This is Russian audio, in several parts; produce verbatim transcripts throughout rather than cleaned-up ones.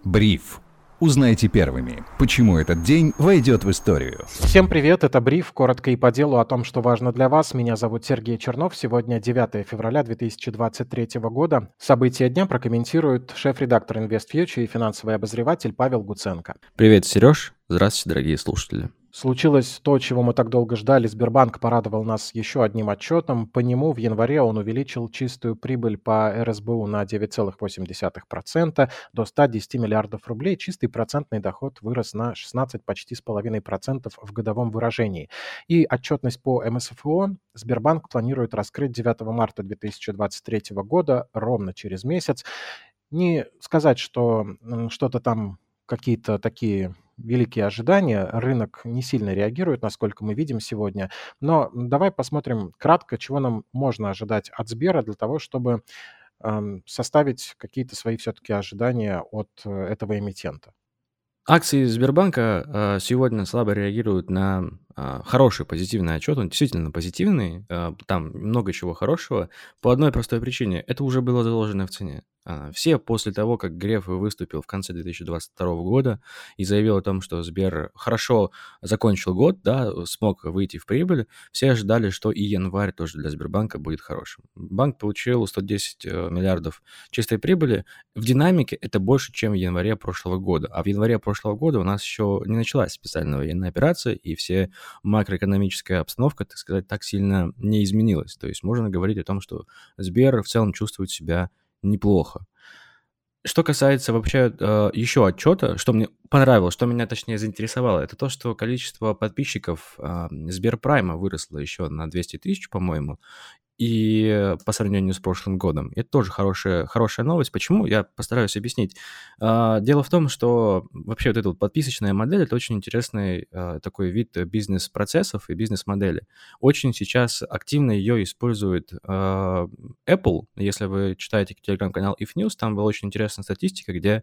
Бриф. Узнайте первыми, почему этот день войдет в историю. Всем привет, это Бриф, коротко и по делу о том, что важно для вас. Меня зовут Сергей Чернов. Сегодня девятое февраля две тысячи двадцать третьего года. События дня прокомментирует шеф-редактор InvestFuture и финансовый обозреватель Павел Гуценко. Привет, Сереж. Здравствуйте, дорогие слушатели. Случилось то, чего мы так долго ждали. Сбербанк порадовал нас еще одним отчетом. По нему в январе он увеличил чистую прибыль по эр эс бэ у на девять целых восемь десятых процента до ста десяти миллиардов рублей. Чистый процентный доход вырос на шестнадцать почти с половиной процентов в годовом выражении. И отчетность по эм эс эф о Сбербанк планирует раскрыть девятого марта две тысячи двадцать третьего года, ровно через месяц. Не сказать, что м, что-то там какие-то такие великие ожидания. Рынок не сильно реагирует, насколько мы видим сегодня. Но давай посмотрим кратко, чего нам можно ожидать от Сбера для того, чтобы эм, составить какие-то свои все-таки ожидания от э, этого эмитента. Акции Сбербанка э, сегодня слабо реагируют на э, хороший позитивный отчет. Он действительно позитивный, э, там много чего хорошего. По одной простой причине. Это уже было заложено в цене. Э, Все после того, как Греф выступил в конце две тысячи двадцать второго года и заявил о том, что Сбер хорошо закончил год, да, смог выйти в прибыль, все ожидали, что и январь тоже для Сбербанка будет хорошим. Банк получил сто десять э, миллиардов чистой прибыли. В динамике это больше, чем в январе прошлого года. А в январе прошлого года у нас еще не началась специальная военная операция, и все макроэкономическая обстановка, так сказать, так сильно не изменилась. То есть можно говорить о том, что Сбер в целом чувствует себя неплохо. Что касается вообще э, еще отчета, что мне понравилось, что меня точнее заинтересовало, это то, что количество подписчиков э, Сберпрайма выросло еще на двести тысяч, по-моему, и по сравнению с прошлым годом. Это тоже хорошая, хорошая новость. Почему? Я постараюсь объяснить. А, Дело в том, что вообще вот эта вот подписочная модель – это очень интересный а, такой вид бизнес-процессов и бизнес-модели. Очень сейчас активно ее использует а, Apple. Если вы читаете телеграм-канал If News, там была очень интересная статистика, где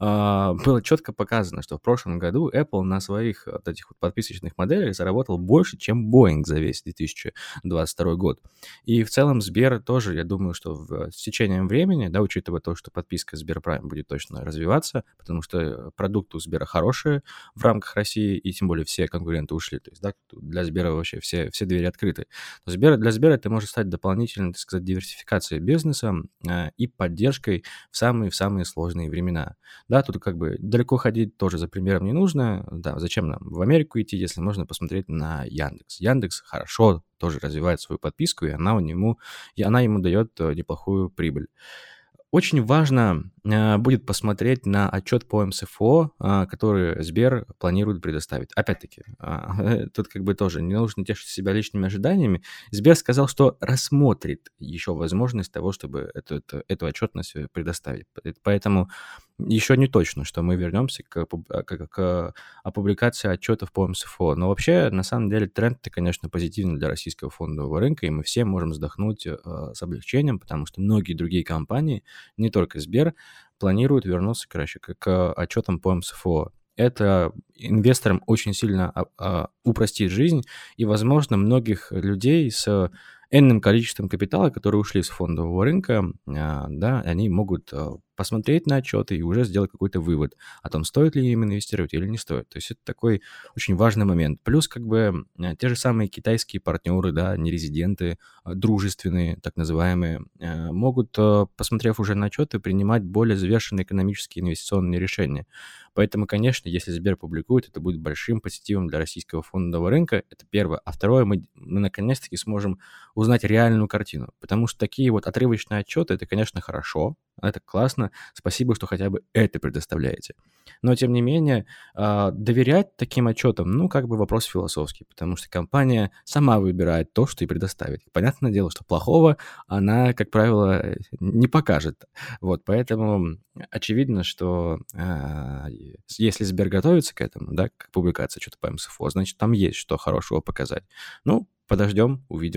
а, было четко показано, что в прошлом году Apple на своих вот этих вот подписочных моделях заработал больше, чем Boeing за весь две тысячи двадцать второй год. И в целом Сбер тоже, я думаю, что в, с течением времени, да, учитывая то, что подписка Сберпрайм будет точно развиваться, потому что продукты у Сбера хорошие в рамках России, и тем более все конкуренты ушли. То есть, да, для Сбера вообще все, все двери открыты. Но Сбер, для Сбера это может стать дополнительной, так сказать, диверсификацией бизнеса э, и поддержкой в самые-в самые сложные времена. Да, тут как бы далеко ходить тоже за примером не нужно. Да, зачем нам в Америку идти, если можно посмотреть на Яндекс. Яндекс хорошо тоже развивает свою подписку, и она, у нему, и она ему дает э, неплохую прибыль. Очень важно э, будет посмотреть на отчет по эм эс эф о, э, который Сбер планирует предоставить. Опять-таки, э, тут как бы тоже не нужно тешить себя лишними ожиданиями. Сбер сказал, что рассмотрит еще возможность того, чтобы эту, эту, эту отчетность предоставить. Поэтому еще не точно, что мы вернемся к, к, к опубликации отчетов по эм эс эф о. Но вообще, на самом деле, тренд-то, конечно, позитивный для российского фондового рынка, и мы все можем вздохнуть э, с облегчением, потому что многие другие компании, не только Сбер, планируют вернуться, короче, к, к отчетам по эм эс эф о. Это инвесторам очень сильно а, а, упростит жизнь, и, возможно, многих людей с энным количеством капитала, которые ушли с фондового рынка, а, да, они могут а, посмотреть на отчеты и уже сделать какой-то вывод о том, стоит ли им инвестировать или не стоит. То есть это такой очень важный момент. Плюс как бы а, те же самые китайские партнеры, да, нерезиденты, а, дружественные, так называемые, а, могут, а, посмотрев уже на отчеты, принимать более взвешенные экономические инвестиционные решения. Поэтому, конечно, если Сбер публикует, это будет большим позитивом для российского фондового рынка. Это первое. А второе, мы, мы наконец-таки сможем узнать реальную картину. Потому что такие вот отрывочные отчеты, это, конечно, хорошо, это классно. Спасибо, что хотя бы это предоставляете. Но, тем не менее, а, доверять таким отчетам, ну, как бы вопрос философский, потому что компания сама выбирает то, что ей предоставит. Понятное дело, что плохого она, как правило, не покажет. Вот, поэтому очевидно, что а, если Сбер готовится к этому, да, к публикации что-то по эм эс эф о, значит, там есть что хорошего показать. Ну, подождем, увидим.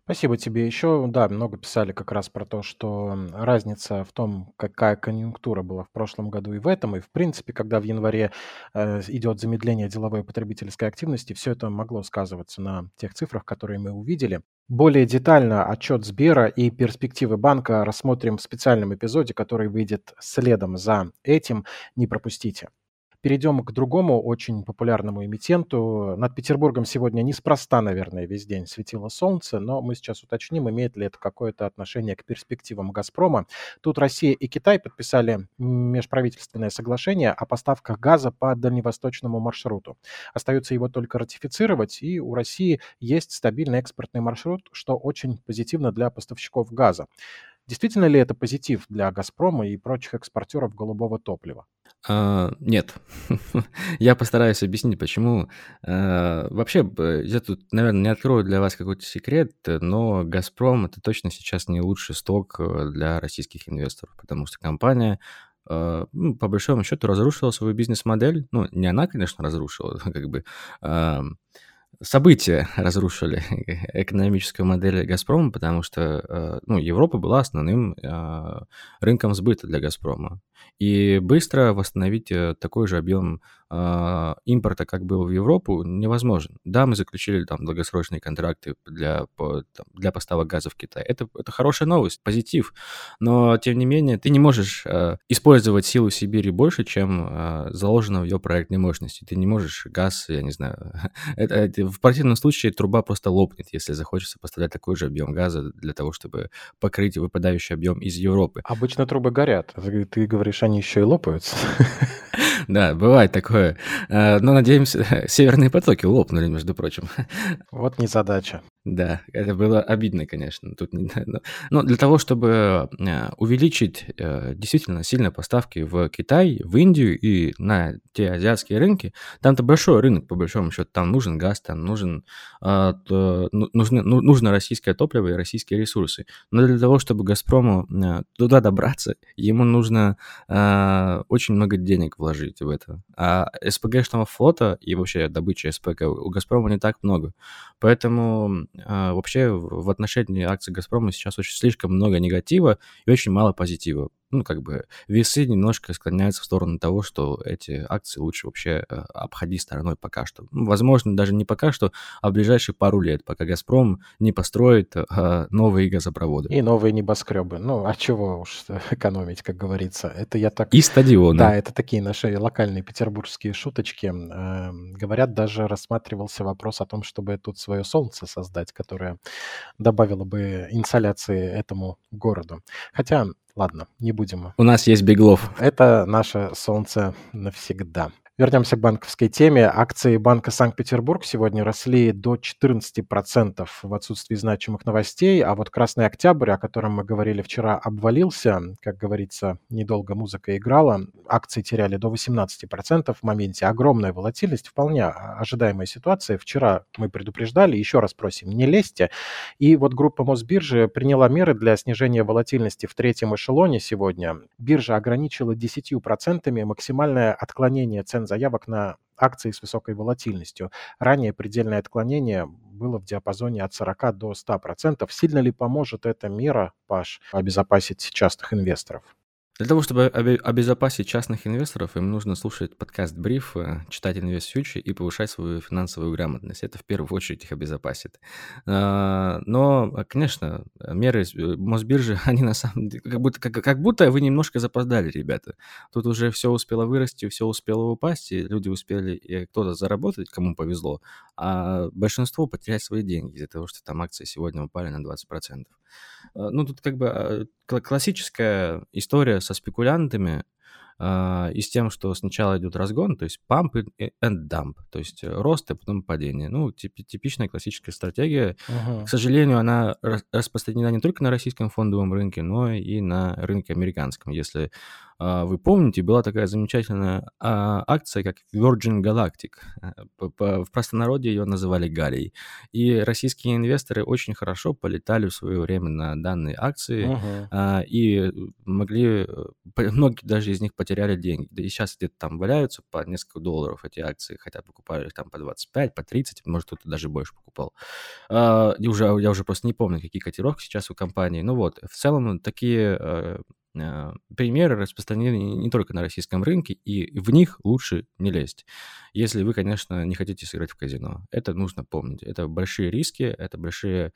Спасибо тебе еще. Да, много писали как раз про то, что м, разница в том, какая конъюнктура была в прошлом году и в этом, и в принципе, когда в январе э, идет замедление деловой и потребительской активности, все это могло сказываться на тех цифрах, которые мы увидели. Более детально отчет Сбера и перспективы банка рассмотрим в специальном эпизоде, который выйдет следом за этим. Не пропустите. Перейдем к другому очень популярному эмитенту. Над Петербургом сегодня неспроста, наверное, весь день светило солнце, но мы сейчас уточним, имеет ли это какое-то отношение к перспективам «Газпрома». Тут Россия и Китай подписали межправительственное соглашение о поставках газа по дальневосточному маршруту. Остается его только ратифицировать, и у России есть стабильный экспортный маршрут, что очень позитивно для поставщиков газа. Действительно ли это позитив для «Газпрома» и прочих экспортеров голубого топлива? А, нет. Я постараюсь объяснить, почему. А, вообще, б я тут, наверное, не открою для вас какой-то секрет, э, но «Газпром» — это точно сейчас не лучший сток, э, для российских инвесторов, потому что компания, а, ну, по большому счету, разрушила свою бизнес-модель. Ну, не она, конечно, разрушила, как бы, ам, события разрушили экономическую модель «Газпрома», потому что, э, ну, Европа была основным, а, рынком сбыта для «Газпрома». И быстро восстановить, э, такой же объем, а, импорта, как был в Европу, невозможно. Да, мы заключили там долгосрочные контракты для по там для поставок газа в Китай. Это это хорошая новость, позитив. Но тем не менее ты не можешь, э, использовать силу Сибири больше, чем, а, заложено в ее проектной мощности. Ты не можешь газ, я не знаю, это это в противном случае труба просто лопнет, если захочется поставлять такой же объем газа для того, чтобы покрыть выпадающий объем из Европы. Обычно трубы горят. Ты ты говоришь, они еще и лопаются. Да, бывает такое. Э, но, надеемся, северные потоки лопнули, между прочим. Вот незадача. Да, это было обидно, конечно. Тут не но но для того, чтобы, э, увеличить, э, действительно сильно поставки в Китай, в Индию и на те азиатские рынки, там-то большой рынок, по большому счету. Там нужен газ, там нужен, а, т ну нужны ну нужно российское топливо и российские ресурсы. Но для того, чтобы «Газпрому», э, туда добраться, ему нужно, а, очень много денег вложить в это. А СПГшного флота и вообще добычи СПГ у «Газпрома» не так много. Поэтому, а, вообще в в отношении акций «Газпрома» сейчас очень слишком много негатива и очень мало позитива. Ну, как бы весы немножко склоняются в сторону того, что эти акции лучше вообще, э, обходить стороной пока что. Ну, возможно, даже не пока что, а в ближайшие пару лет, пока «Газпром» не построит, а, новые газопроводы. И новые небоскребы. Ну, а чего уж экономить, как говорится. Это я так... И стадионы. Да, это такие наши локальные петербургские шуточки. Эм, Говорят, даже рассматривался вопрос о том, чтобы тут свое солнце создать, которое добавило бы инсоляции этому городу. Хотя, ладно, не будем. У нас есть Беглов. Это наше солнце навсегда. Вернемся к банковской теме. Акции Банка Санкт-Петербург сегодня росли до четырнадцати процентов в отсутствии значимых новостей, а вот Красный Октябрь, о котором мы говорили вчера, обвалился. Как говорится, недолго музыка играла. Акции теряли до восемнадцати процентов в моменте. Огромная волатильность, вполне ожидаемая ситуация. Вчера мы предупреждали, еще раз просим, не лезьте. И вот группа Мосбиржи приняла меры для снижения волатильности в третьем эшелоне сегодня. Биржа ограничила десятью процентами максимальное отклонение цен заявок на акции с высокой волатильностью. Ранее предельное отклонение было в диапазоне от сорока до ста процентов. Сильно ли поможет эта мера, Паш, обезопасить частных инвесторов? Для того, чтобы обе- обезопасить частных инвесторов, им нужно слушать подкаст «Бриф», э, читать InvestFuture и повышать свою финансовую грамотность. Это в первую очередь их обезопасит. А, Но, э, конечно, меры с- э, Мосбиржи, они на самом деле, как будто, как, как будто вы немножко запоздали, ребята. Тут уже все успело вырасти, все успело упасть, и люди успели, и кто-то заработать, кому повезло, а большинство потерять свои деньги из-за того, что там акции сегодня упали на двадцать процентов. А, Ну, тут как бы а, кла- классическая история со спекулянтами а, и с тем, что сначала идет разгон, то есть pump и- and dump, то есть э, рост и потом падение. Ну, типи- типичная классическая стратегия. К Мгм. сожалению, она рас- распространена не только на российском фондовом рынке, но и на рынке американском. Если а, вы помните, была такая замечательная а, акция, как Virgin Galactic. А, по- по- В простонародье ее называли Галей. И российские инвесторы очень хорошо полетали в свое время на данные акции Мгм. а, и могли, э, п- многие даже из них потеряли деньги. Да и сейчас где-то там валяются по несколько долларов эти акции, хотя покупали их там по двадцать пять, по тридцать, может, кто-то даже больше покупал. А, и уже, я уже просто не помню, какие котировки сейчас у компании. Ну вот, в целом такие э, э, примеры распространены не не только на российском рынке, и в них лучше не лезть, если вы, конечно, не хотите сыграть в казино. Это нужно помнить. Это большие риски, это большие,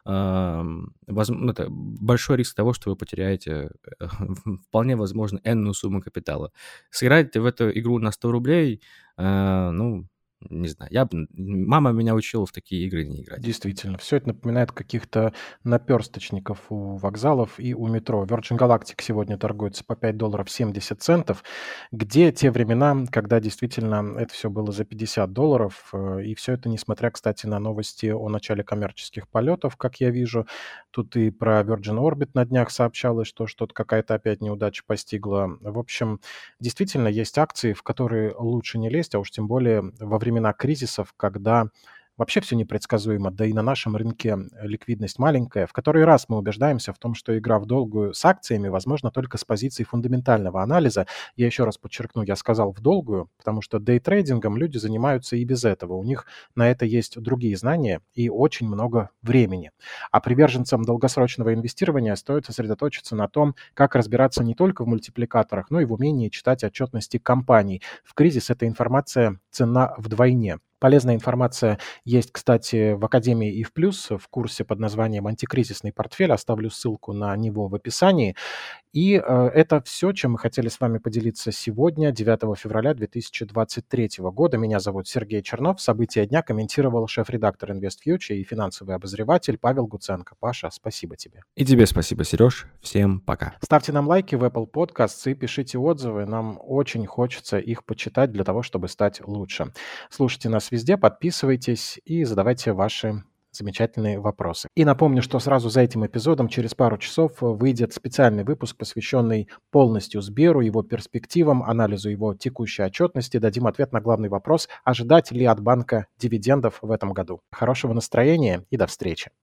ам, воз- ну, это большой риск того, что вы потеряете э, вполне возможно энную сумму капитала. Сыграть в эту игру на сто рублей, э, ну, не знаю, я бы, мама меня учила в такие игры не играть. Действительно, все это напоминает каких-то наперсточников у вокзалов и у метро. Virgin Galactic сегодня торгуется по пять долларов семьдесят центов. Где те времена, когда действительно это все было за пятьдесят долларов? э, И все это несмотря, кстати, на новости о начале коммерческих полетов, как я вижу. Тут и про Virgin Orbit на днях сообщалось, что что-то какая-то опять неудача постигла. В общем, действительно есть акции, в которые лучше не лезть, а уж тем более во времена кризисов, когда вообще все непредсказуемо, да и на нашем рынке э, ликвидность маленькая. В который раз мы убеждаемся в том, что игра в долгую с акциями возможна только с позиции фундаментального анализа. Я еще раз подчеркну, я сказал в долгую, потому что дейтрейдингом люди занимаются и без этого. У них на это есть другие знания и очень много времени. А приверженцам долгосрочного инвестирования стоит сосредоточиться на том, как разбираться не только в мультипликаторах, но и в умении читать отчетности компаний. В кризис эта информация ценна вдвойне. Полезная информация есть, кстати, в Академии и в плюс в курсе под названием «Антикризисный портфель». Оставлю ссылку на него в описании. И э, это все, чем мы хотели с вами поделиться сегодня, девятого февраля две тысячи двадцать третьего года. Меня зовут Сергей Чернов. События дня комментировал шеф-редактор InvestFuture и финансовый обозреватель Павел Гуценко. Паша, спасибо тебе. И тебе спасибо, Сереж. Всем пока. Ставьте нам лайки в Apple Podcasts и пишите отзывы. Нам очень хочется их почитать для того, чтобы стать лучше. Слушайте нас везде, подписывайтесь и задавайте ваши замечательные вопросы. И напомню, что сразу за этим эпизодом через пару часов выйдет специальный выпуск, посвященный полностью Сберу, его перспективам, анализу его текущей отчетности. Дадим ответ на главный вопрос, ожидать ли от банка дивидендов в этом году. Хорошего настроения и до встречи.